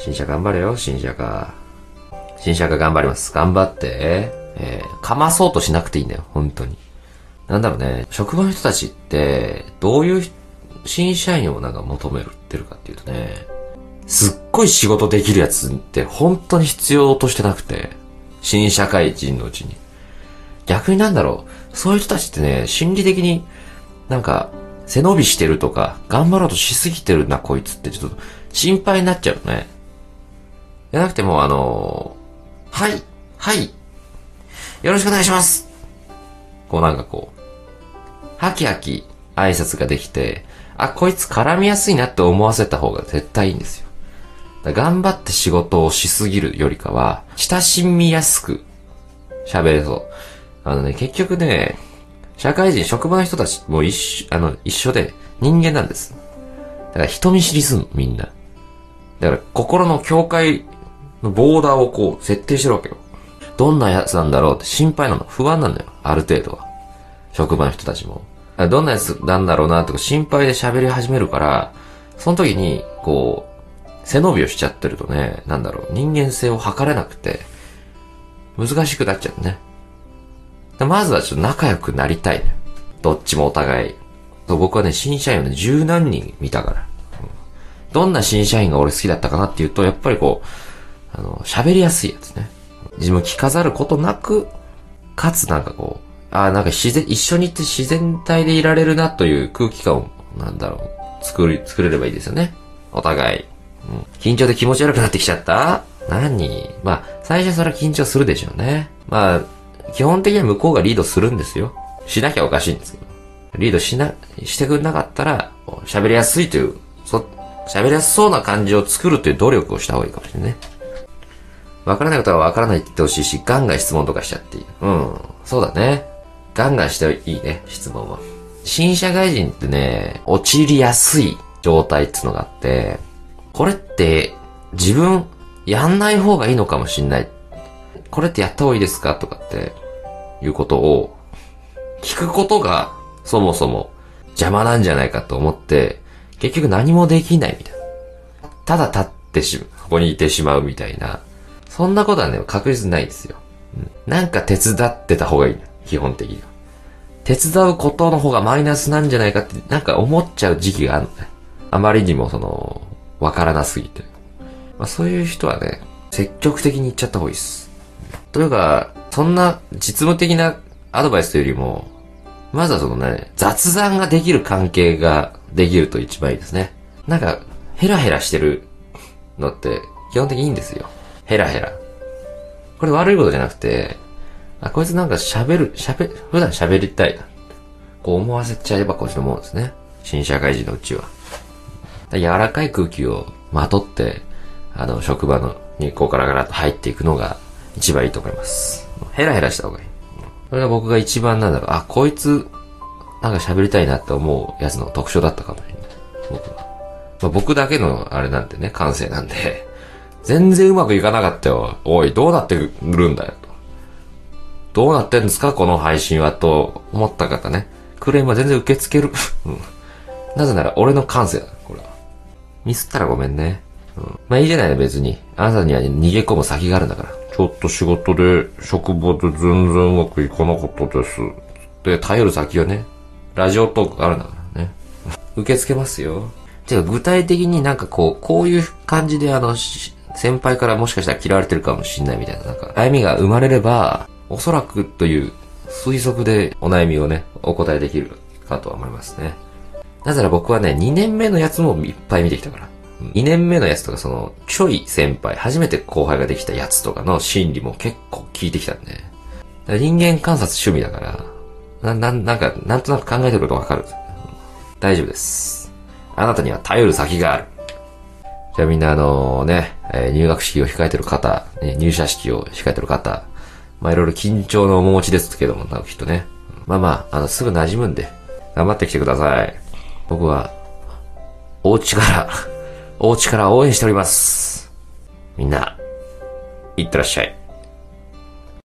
新社頑張れよ、新社が頑張ります。頑張って。かまそうとしなくていいんだよ、本当に。なんだろうね、職場の人たちって、どういう新社員をなんか求めてるかっていうとね、すっごい仕事できるやつって本当に必要としてなくて、新社会人のうちに。逆になんだろう、そういう人たちってね、心理的になんか背伸びしてるとか、頑張ろうとしすぎてるな、こいつってちょっと心配になっちゃうね。じゃなくてもはい、よろしくお願いします。こうなんかこう、ハキハキ挨拶ができて、あ、こいつ絡みやすいなって思わせた方が絶対いいんですよ。頑張って仕事をしすぎるよりかは、親しみやすく喋れそう。結局ね、社会人、職場の人たちも一緒で人間なんです。だから人見知りすんの、みんな。だから心の境界のボーダーをこう設定してるわけよ。どんなやつなんだろうって心配なの。不安なんだよ。ある程度は。職場の人たちも。どんなやつなんだろうなとか心配で喋り始めるから、その時に、こう、背伸びをしちゃってるとね、なんだろう、人間性を測れなくて、難しくなっちゃうね。まずはちょっと仲良くなりたいね。どっちもお互い。僕はね、新社員をね、十何人見たから。どんな新社員が俺好きだったかなっていうと、やっぱりこう、喋りやすいやつね。自分着飾ることなく、かつなんかこう、なんか一緒に行って自然体でいられるなという空気感を、なんだろう、作れればいいですよね。お互い。緊張で気持ち悪くなってきちゃった？何？まあ、最初それは緊張するでしょうね。まあ、基本的には向こうがリードするんですよ。しなきゃおかしいんですけど。リードしてくれなかったら、喋りやすいという、喋りやすそうな感じを作るという努力をした方がいいかもしれないね。わからないことはわからないって言ってほしいし、ガンガン質問とかしちゃっていい。そうだね。ガンガンしていいね、質問は。新社会人ってね、陥りやすい状態っていうのがあって、これって自分やんない方がいいのかもしんない。これってやった方がいいですかとかっていうことを聞くことがそもそも邪魔なんじゃないかと思って、結局何もできないみたいな。ただ立ってここにいてしまうみたいな。そんなことはね、確実にないですよ。なんか手伝ってた方がいい。基本的には。手伝うことの方がマイナスなんじゃないかってなんか思っちゃう時期があるのね。あまりにもわからなすぎて。まあそういう人はね、積極的に言っちゃった方がいいです。というか、そんな実務的なアドバイスというよりも、まずは雑談ができる関係ができると一番いいですね。なんか、ヘラヘラしてるのって基本的にいいんですよ。ヘラヘラ。これ悪いことじゃなくて、こいつなんか普段喋りたいな。こう思わせちゃえばこっちのもんですね。新社会人のうちは。柔らかい空気をまとって、職場にこうガラガラと入っていくのが一番いいと思います。ヘラヘラした方がいい。それが僕が一番こいつ、なんか喋りたいなって思うやつの特徴だったかもしれない。僕は。僕だけのあれなんてね、感性なんで、全然うまくいかなかったよ。おい、どうなってるんだよ。どうなってんですかこの配信はと思った方ね。クレームは全然受け付ける。なぜなら俺の感性だ。これは。ミスったらごめんね。まあいいじゃないの別に。あなたには逃げ込む先があるんだから。ちょっと仕事で、職場で全然うまくいかなかったです。で、頼る先はね、ラジオトークがあるんだからね。受け付けますよ。てか具体的になんかこういう感じで先輩からもしかしたら嫌われてるかもしんないみたいな、なんか、悩みが生まれれば、おそらくという推測でお悩みをね、お答えできるかと思いますね。なぜなら僕はね、2年目のやつもいっぱい見てきたから。2年目のやつとかちょい先輩、初めて後輩ができたやつとかの心理も結構聞いてきたんで。人間観察趣味だから、なんとなく考えてることわかる。大丈夫です。あなたには頼る先がある。じゃあみんな入学式を控えてる方、入社式を控えてる方、まあいろいろ緊張の面持ちですけども、きっとね。すぐ馴染むんで、頑張ってきてください。僕は、お家から応援しております。みんな、いってらっしゃい。